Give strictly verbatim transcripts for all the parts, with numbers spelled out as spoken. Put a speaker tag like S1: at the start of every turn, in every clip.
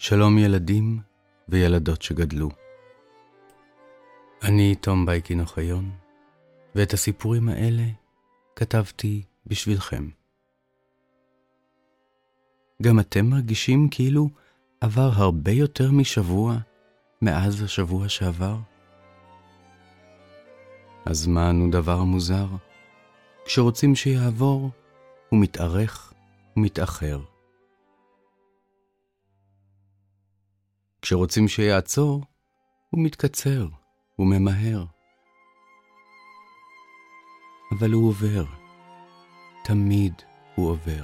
S1: שלום ילדים וילדות שגדלו. אני תום בייקין אוחיון, ואת הסיפורים האלה כתבתי בשבילכם. גם אתם מרגישים כאילו עבר הרבה יותר משבוע מאז השבוע שעבר? הזמן הוא דבר מוזר. כשרוצים שיעבור, הוא מתארך ומתאחר. כשרוצים שיעצור, הוא מתקצר וממהר. אבל הוא עובר. תמיד הוא עובר.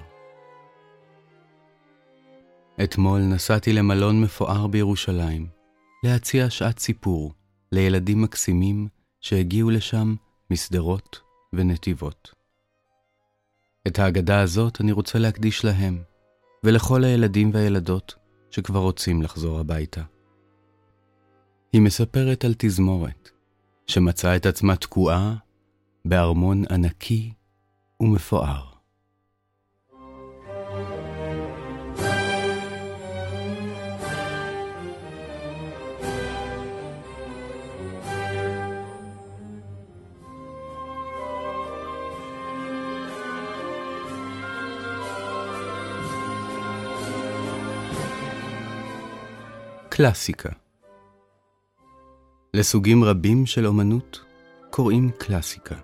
S1: אתמול נסעתי למלון מפואר בירושלים, להציע שעת סיפור לילדים מקסימים שהגיעו לשם מסדרות ונתיבות. את ההגדה הזאת אני רוצה להקדיש להם, ולכל הילדים והילדות שכבר רוצים לחזור הביתה. היא מספרת על תזמורת, שמצאה את עצמה תקועה בארמון ענקי ומפואר. קלאסיקה. לסוגים רבים של אומנות קוראים קלאסיקה.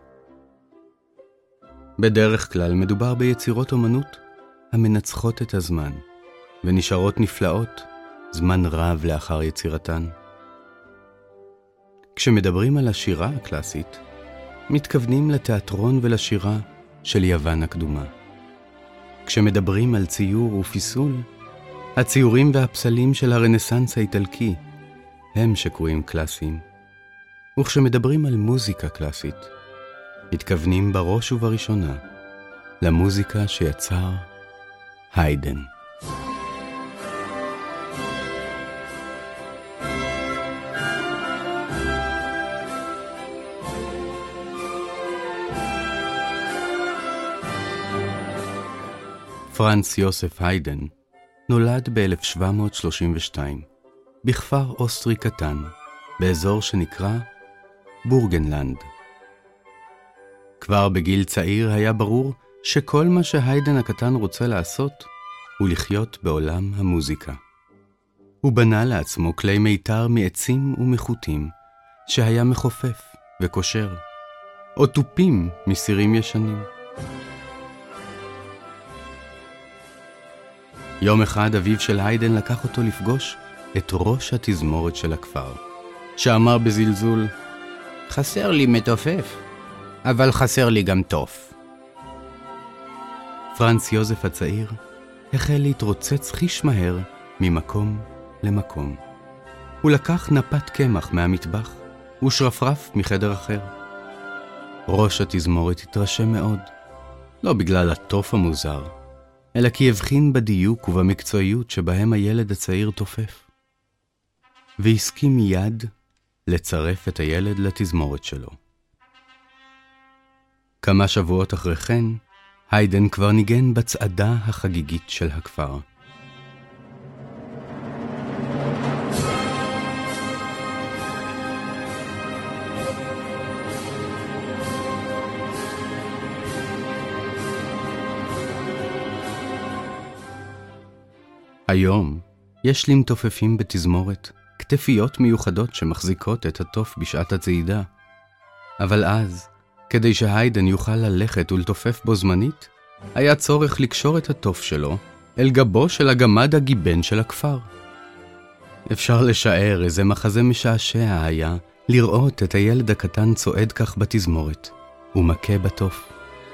S1: בדרך כלל מדובר ביצירות אומנות המנצחות את הזמן, ונשארות נפלאות זמן רב לאחר יצירתן. כשמדברים על השירה הקלאסית, מתכוונים לתיאטרון ולשירה של יוון הקדומה. כשמדברים על ציור ופיסול, הציורים והפסלים של הרנסנס האיטלקי הם שקרויים קלאסיים. וכשמדברים על מוזיקה קלאסית, מתכוונים בראש ובראשונה למוזיקה שיצר היידן. פרנץ יוסף היידן נולד ב-אלף שבע מאות שלושים ושתיים, בכפר אוסטרי קטן, באזור שנקרא בורגנלנד. כבר בגיל צעיר היה ברור שכל מה שהיידן הקטן רוצה לעשות הוא לחיות בעולם המוזיקה. הוא בנה לעצמו כלי מיתר מעצים ומחוטים, שהיה מחופף וקושר, או טופים מסירים ישנים. יום אחד אביו של היידן לקח אותו לפגוש את ראש התזמורת של הכפר, שאמר בזלזול, חסר לי מתופף, אבל חסר לי גם תוף. פרנץ יוזף הצעיר החל להתרוצץ חיש מהר ממקום למקום. הוא לקח נפת קמח מהמטבח ושרפרף מחדר אחר. ראש התזמורת התרשם מאוד, לא בגלל התוף המוזר, אלא כי הבחין בדיוק ובמקצועיות שבהם הילד הצעיר תופף. והסכים מיד לצרף את הילד לתזמורת שלו. כמה שבועות אחרי כן, היידן כבר ניגן בצעדה החגיגית של הכפר. היום יש למתופפים בתזמורת כתפיות מיוחדות שמחזיקות את התוף בשעת הצעידה. אבל אז, כדי שהיידן יוכל ללכת ולתופף בו זמנית, היה צורך לקשור את התוף שלו אל גבו של הגמד הגיבן של הכפר. אפשר לשער איזה מחזה משעשע היה לראות את הילד הקטן צועד כך בתזמורת ומכה בתוף.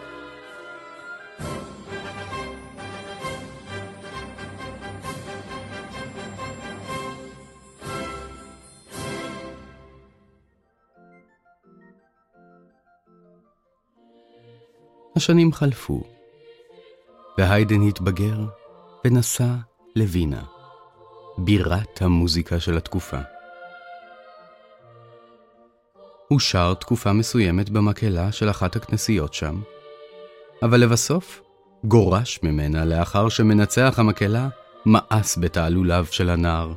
S1: השנים חלפו, והיידן התבגר ונסע לווינה, בירת המוזיקה של התקופה. הוא שר תקופה מסוימת במקהלה של אחת הכנסיות שם, אבל לבסוף גורש ממנה לאחר שמנצח המקהלה מאס בתעלוליו של הנער.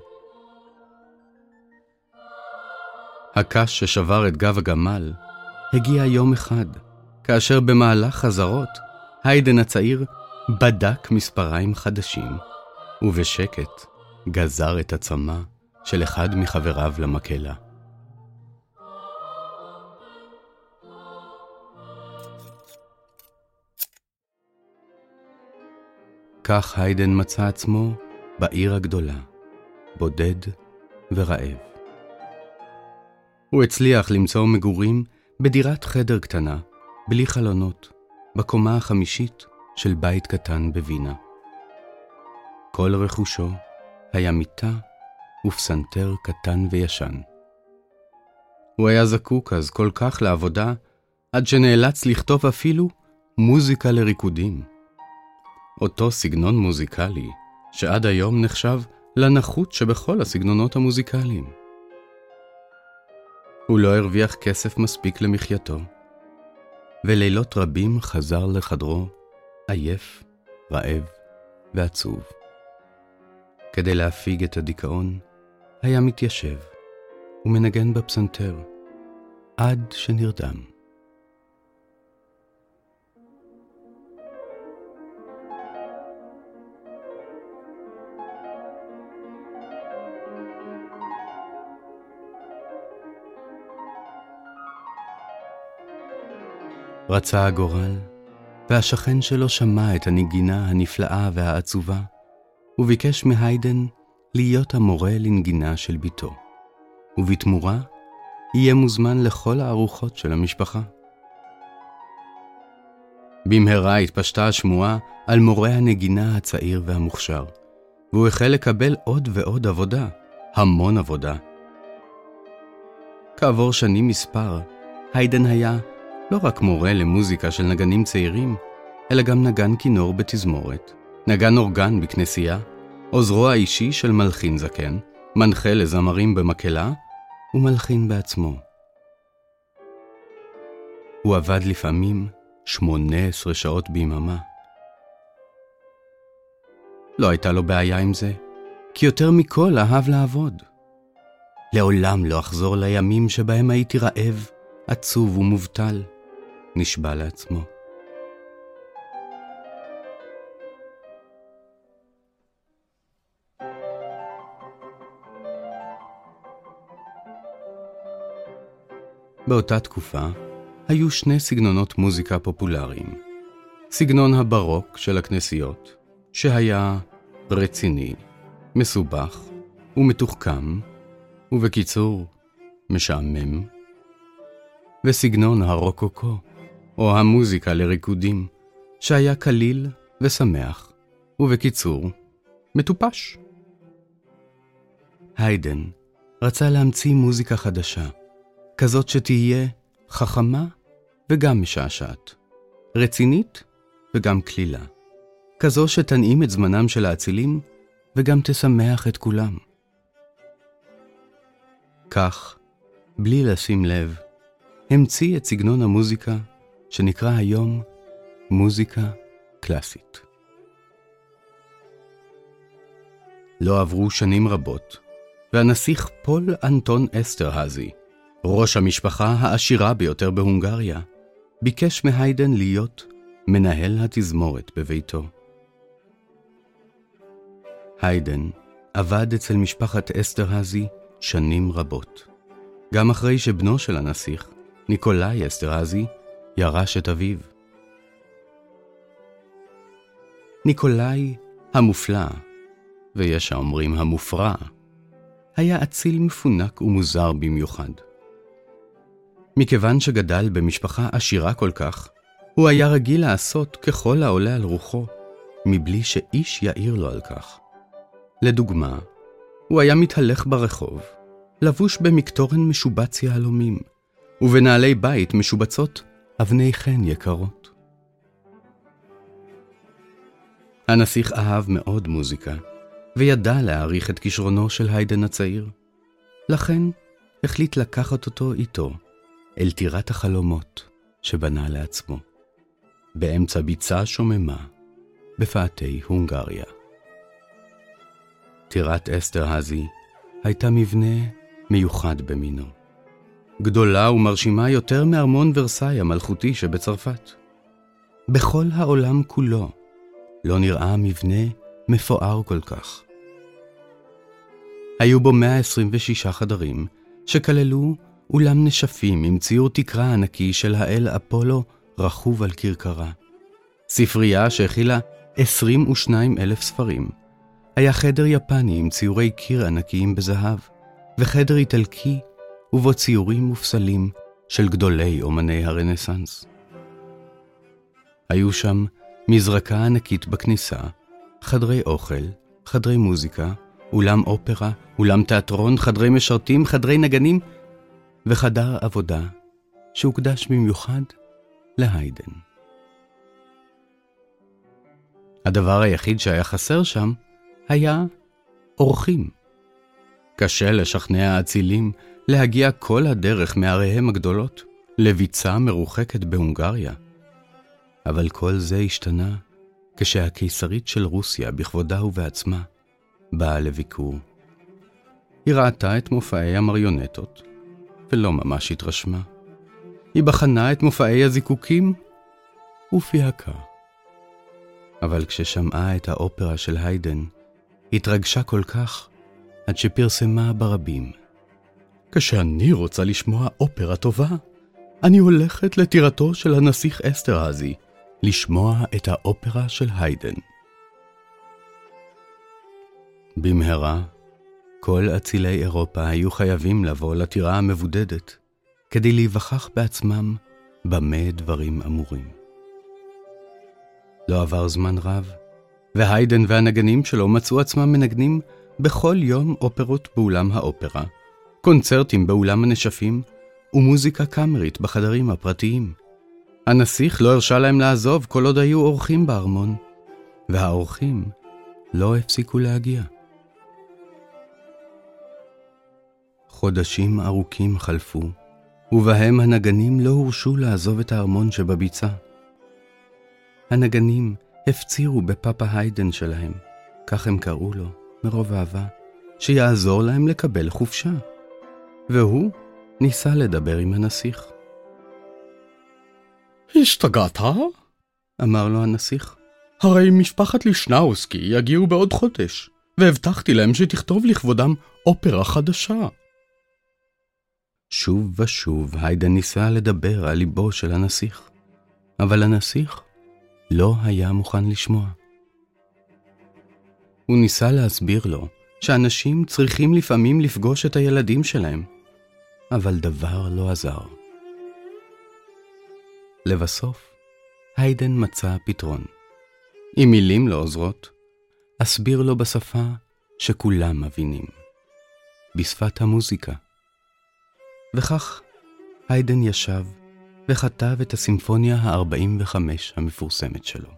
S1: הקש ששבר את גב הגמל הגיע יום אחד, כאשר במהלך חזרות, היידן הצעיר בדק מספריים חדשים, ובשקט גזר את עצמה של אחד מחבריו למקהלה. כך היידן מצא עצמו בעיר הגדולה, בודד ורעב. הוא הצליח למצוא מגורים בדירת חדר קטנה, בלי חלונות, בקומה החמישית של בית קטן בווינה. כל רכושו היה מיטה ופסנתר קטן וישן. הוא היה זקוק אז כל כך לעבודה, עד שנאלץ לכתוב אפילו מוזיקה לריקודים. אותו סגנון מוזיקלי, שעד היום נחשב לנחות שבכל הסגנונות המוזיקליים. הוא לא הרוויח כסף מספיק למחייתו, ולילות רבים חזר לחדרו עייף, רעב ועצוב. כדי להפיג את הדיכאון, היה מתיישב ומנגן בפסנתר עד שנרדם. רצה הגורל, והשכן שלו שמע את הנגינה הנפלאה והעצובה, וביקש מהיידן להיות המורה לנגינה של ביתו, ובתמורה יהיה מוזמן לכל הארוחות של המשפחה. במהרה התפשטה השמועה על מורה הנגינה הצעיר והמוכשר, והוא החל לקבל עוד ועוד עבודה, המון עבודה. כעבור שנים מספר, היידן היה לא רק מורה למוזיקה של נגנים צעירים, אלא גם נגן כינור בתזמורת, נגן אורגן בכנסייה, עוזרו האישי של מלחין זקן, מנחה לזמרים במקהלה, ומלחין בעצמו. הוא עבד לפעמים שמונה עשרה שעות ביממה. לא הייתה לו בעיה עם זה, כי יותר מכל אהב לעבוד. לעולם לא אחזור לימים שבהם הייתי רעב, עצוב ומובטל, נשבע לעצמו. באותה תקופה היו שני סגנונות מוזיקה פופולריים. סגנון הברוק של הכנסיות, שהיה רציני, מסובך ומתוחכם, ובקיצור, משעמם. וסגנון הרוקוקו, או המוזיקה לריקודים, שהיה קליל ושמח, ובקיצור, מטופש. היידן רצה להמציא מוזיקה חדשה, כזאת שתהיה חכמה וגם משעשעת, רצינית וגם כלילה, כזו שתנעים את זמנם של האצילים וגם תשמח את כולם. כך, בלי לשים לב, המציא את סגנון המוזיקה שנקרא היום מוזיקה קלאסית. לא עברו שנים רבות, והנסיך פול אנטון אסטרהזי, ראש המשפחה העשירה ביותר בהונגריה, ביקש מהיידן להיות מנהל התזמורת בביתו. היידן עבד אצל משפחת אסטרהזי שנים רבות, גם אחרי שבנו של הנסיך, ניקולאי אסטרהזי, ירש את אביו. ניקולאי המופלא, ויש האומרים המופרע, היה אציל מפונק ומוזר במיוחד. מכיוון שגדל במשפחה עשירה כל כך, הוא היה רגיל לעשות ככל העולה על רוחו, מבלי שאיש יעיר לו על כך. לדוגמה, הוא היה מתהלך ברחוב, לבוש במקטורן משובץ יהלומים, ובנעלי בית משובצות אבני חן יקרות. הנסיך אהב מאוד מוזיקה, וידע להעריך את כישרונו של היידן הצעיר. לכן החליט לקחת אותו איתו אל טירת החלומות שבנה לעצמו, באמצע ביצה שוממה בפאתי הונגריה. טירת אסטרהאזי הייתה מבנה מיוחד במינו. גדולה ומרשימה יותר מארמון ורסאי המלכותי שבצרפת. בכל העולם כולו לא נראה מבנה מפואר כל כך. היו בו מאה עשרים ושישה חדרים, שכללו אולם נשפים עם ציור תקרה ענקי של האל אפולו רכוב על כרכרה. ספרייה שהכילה עשרים ושניים אלף ספרים. היה חדר יפני עם ציורי קיר ענקיים בזהב, וחדר איטלקי ובו ציורים ופסלים של גדולי אומני הרנסנס. היו שם מזרקה ענקית בכניסה, חדרי אוכל, חדרי מוזיקה, אולם אופרה, אולם תיאטרון, חדרי משרתים, חדרי נגנים, וחדר עבודה שהוקדש במיוחד להיידן. הדבר היחיד שהיה חסר שם היה אורחים. קשה לשכנע האצילים להגיע כל הדרך מעריהם הגדולות לביצה מרוחקת בהונגריה. אבל כל זה השתנה כשהקיסרית של רוסיה בכבודה ובעצמה באה לביקור. היא ראתה את מופעי המריונטות ולא ממש התרשמה. היא בחנה את מופעי הזיקוקים ופיהקה. אבל כששמעה את האופרה של היידן, התרגשה כל כך עד שפרסמה ברבים. כשאני רוצה לשמוע אופרה טובה, אני הולכת לטירתו של הנסיך אסטרהאזי, לשמוע את האופרה של היידן. במהרה, כל אצילי אירופה היו חייבים לבוא לטירה המבודדת, כדי להיווכח בעצמם במה דברים אמורים. לא עבר זמן רב, והיידן והנגנים שלו מצאו עצמם מנגנים בכל יום אופרות באולם האופרה, קונצרטים באולם הנשפים, ומוזיקה קאמרית בחדרים הפרטיים. הנסיך לא הרשה להם לעזוב כל עוד היו אורחים בארמון, והאורחים לא הפסיקו להגיע. חודשים ארוכים חלפו, ובהם הנגנים לא הורשו לעזוב את הארמון שבביצה. הנגנים הפצירו בפאפה היידן שלהם, כך הם קראו לו, מרוב אהבה, שיעזור להם לקבל חופשה. והוא ניסה לדבר עם הנסיך.
S2: השתגעת?
S1: אמר לו הנסיך.
S2: הרי משפחת לישנאוסקי יגיעו בעוד חודש, והבטחתי להם שתכתוב לכבודם אופרה חדשה.
S1: שוב ושוב היידן ניסה לדבר על ליבו של הנסיך, אבל הנסיך לא היה מוכן לשמוע. הוא ניסה להסביר לו שאנשים צריכים לפעמים לפגוש את הילדים שלהם, אבל דבר לא עזר. לבסוף, היידן מצא פתרון. אם מילים לא עוזרות, אסביר לו בשפה שכולם מבינים, בשפת המוזיקה. וכך היידן ישב וכתב את הסימפוניה ה-ארבעים וחמש המפורסמת שלו.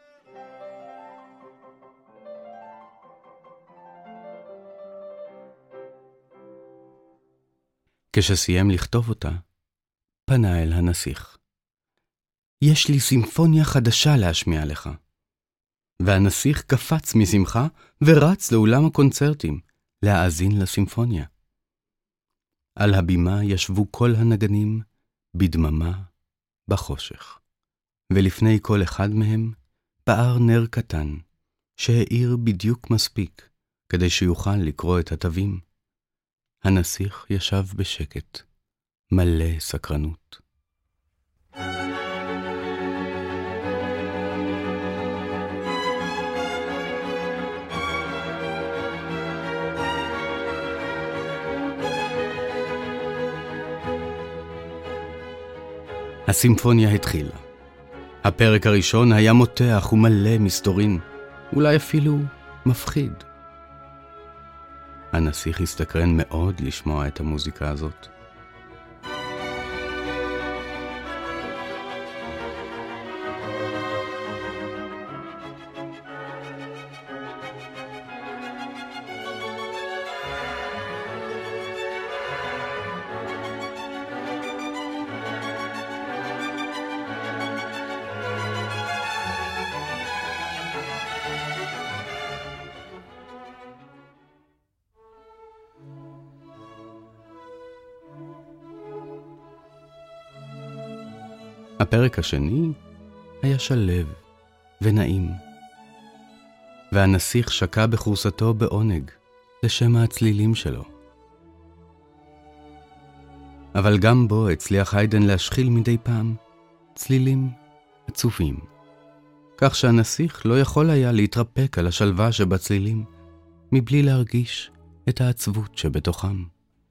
S1: כשסיים לכתוב אותה, פנה אל הנסיך. יש לי סימפוניה חדשה להשמיע לך. והנסיך קפץ משמחה ורץ לאולם הקונצרטים להאזין לסימפוניה. על הבימה ישבו כל הנגנים בדממה בחושך, ולפני כל אחד מהם פער נר קטן שהאיר בדיוק מספיק כדי שיוכל לקרוא את התווים. הנסיך ישב בשקט, מלא סקרנות. הסימפוניה התחילה. הפרק הראשון היה מותח ומלא מסתורין, אולי אפילו מפחיד. הנסיך הסתקרן מאוד לשמוע את המוזיקה הזאת. הפרק השני היה שלב ונעים, והנסיך שקע בחורסתו בעונג לשם הצלילים שלו. אבל גם בו הצליח היידן להשחיל מדי פעם צלילים עצובים, כך שהנסיך לא יכול היה להתרפק על השלווה שבצלילים, מבלי להרגיש את העצבות שבתוכם.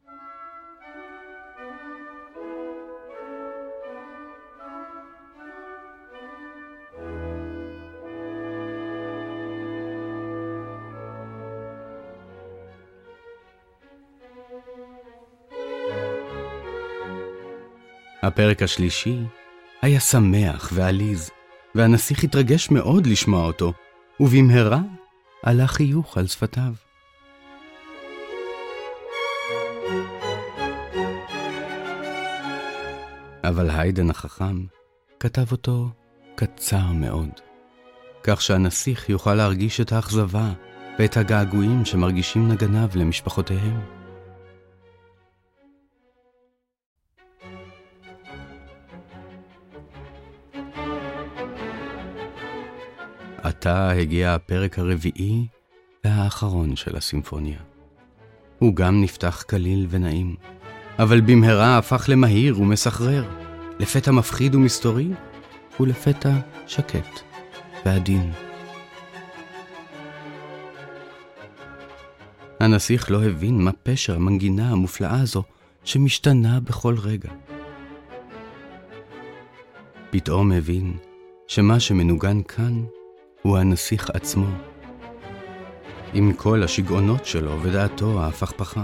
S1: הפרק השלישי היה שמח ועליז, והנסיך התרגש מאוד לשמוע אותו, ובמהרה עלה חיוך על שפתיו. אבל היידן החכם כתב אותו קצר מאוד, כך שהנסיך יוכל להרגיש את האכזבה ואת הגעגועים שמרגישים נגניו למשפחותיהם. עתה הגיע הפרק הרביעי והאחרון של הסימפוניה. הוא גם נפתח קליל ונעים, אבל במהרה הפך למהיר ומסחרר, לפתע מפחיד ומסתורי, ולפתע שקט ועדין. הנסיך לא הבין מה פשר המנגינה המופלאה הזו שמשתנה בכל רגע. פתאום הבין שמה שמנוגן כאן הוא הנסיך עצמו, עם כל השגעונות שלו ודעתו ההפכפכה.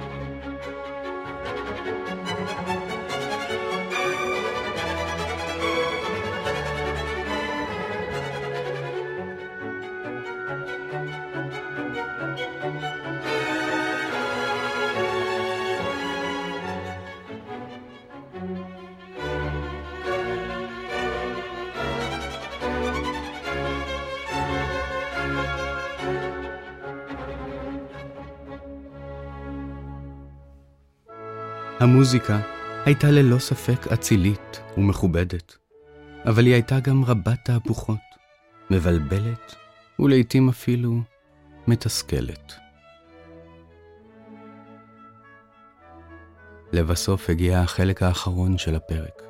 S1: המוזיקה הייתה ללא ספק אצילית ומכובדת, אבל היא הייתה גם רבת תהפוכות, מבלבלת ולעיתים אפילו מתסכלת. לבסוף הגיע החלק האחרון של הפרק.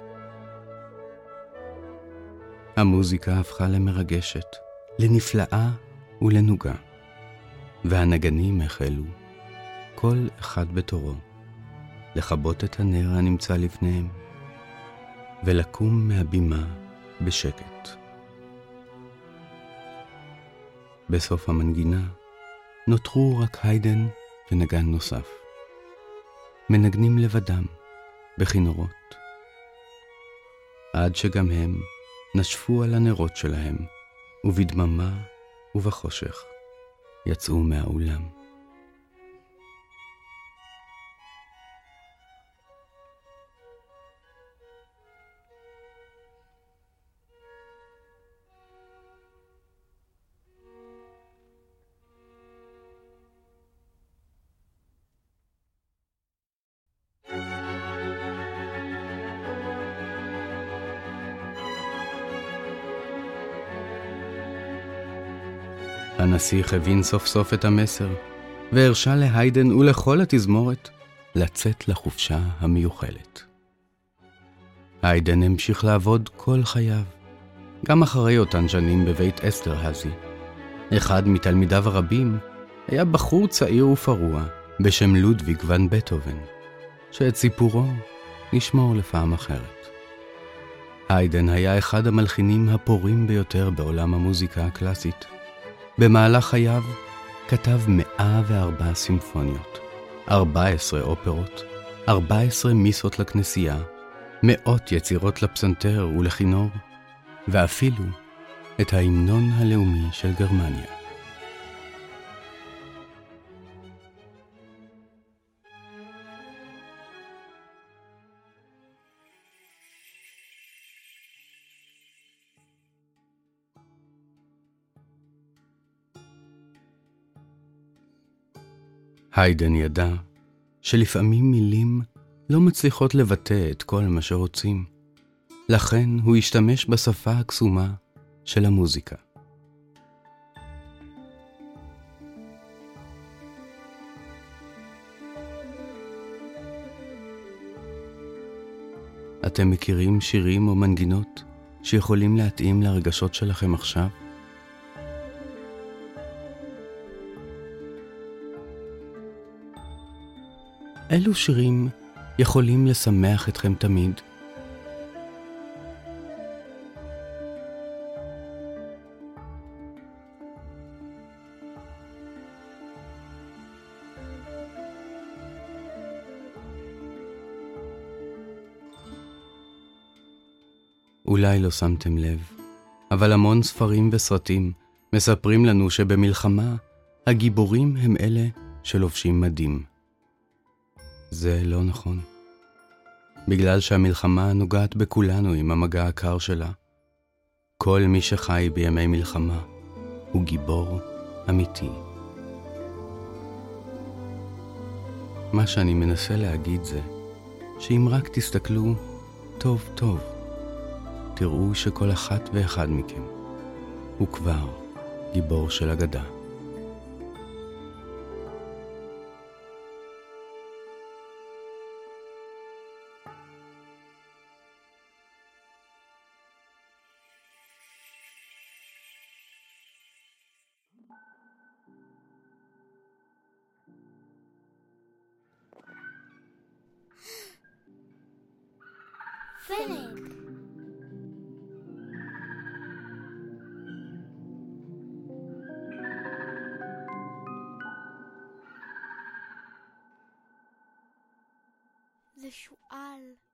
S1: המוזיקה הפכה למרגשת, לנפלאה ולנוגה, והנגנים החלו, כל אחד בתורו, לכבות את הנר הנמצא לפניהם, ולקום מהבימה בשקט. בסוף המנגינה נותרו רק היידן ונגן נוסף, מנגנים לבדם בכינורות, עד שגם הם נשפו על הנרות שלהם, ובדממה ובחושך יצאו מהאולם. הנסיך הבין סוף סוף את המסר, והרשה להיידן ולכל התזמורת לצאת לחופשה המיוחלת. היידן המשיך לעבוד כל חייו, גם אחרי אותן שנים בבית אסטרהזי. אחד מתלמידיו הרבים היה בחור צעיר ופרוע בשם לודוויג ון בטהובן, שאת סיפורו נשמור לפעם אחרת. היידן היה אחד המלחינים הפורים ביותר בעולם המוזיקה הקלאסית. במהלך חייו כתב מאה וארבע סימפוניות, ארבע עשרה אופרות, ארבע עשרה מיסות לכנסייה, מאות יצירות לפסנתר ולכינור, ואפילו את ההמנון הלאומי של גרמניה. היידן ידע שלפעמים מילים לא מצליחות לבטא את כל מה שרוצים. לכן הוא השתמש בשפה הקסומה של המוזיקה. אתם מכירים שירים או מנגינות שיכולים להתאים לרגשות שלכם עכשיו? אילו שירים יכולים לשמח אתכם תמיד? אולי לא שמתם לב, אבל המון ספרים וסרטים מספרים לנו שבמלחמה הגיבורים הם אלה שלובשים מדים. זה לא נכון. בגלל שהמלחמה נוגעת בכולנו עם המגע הקר שלה, כל מי שחי בימי מלחמה הוא גיבור אמיתי. מה שאני מנסה להגיד זה שאם רק תסתכלו טוב טוב, תראו שכל אחת ואחד מכם הוא כבר גיבור של אגדה.
S3: Philip. זה שואל.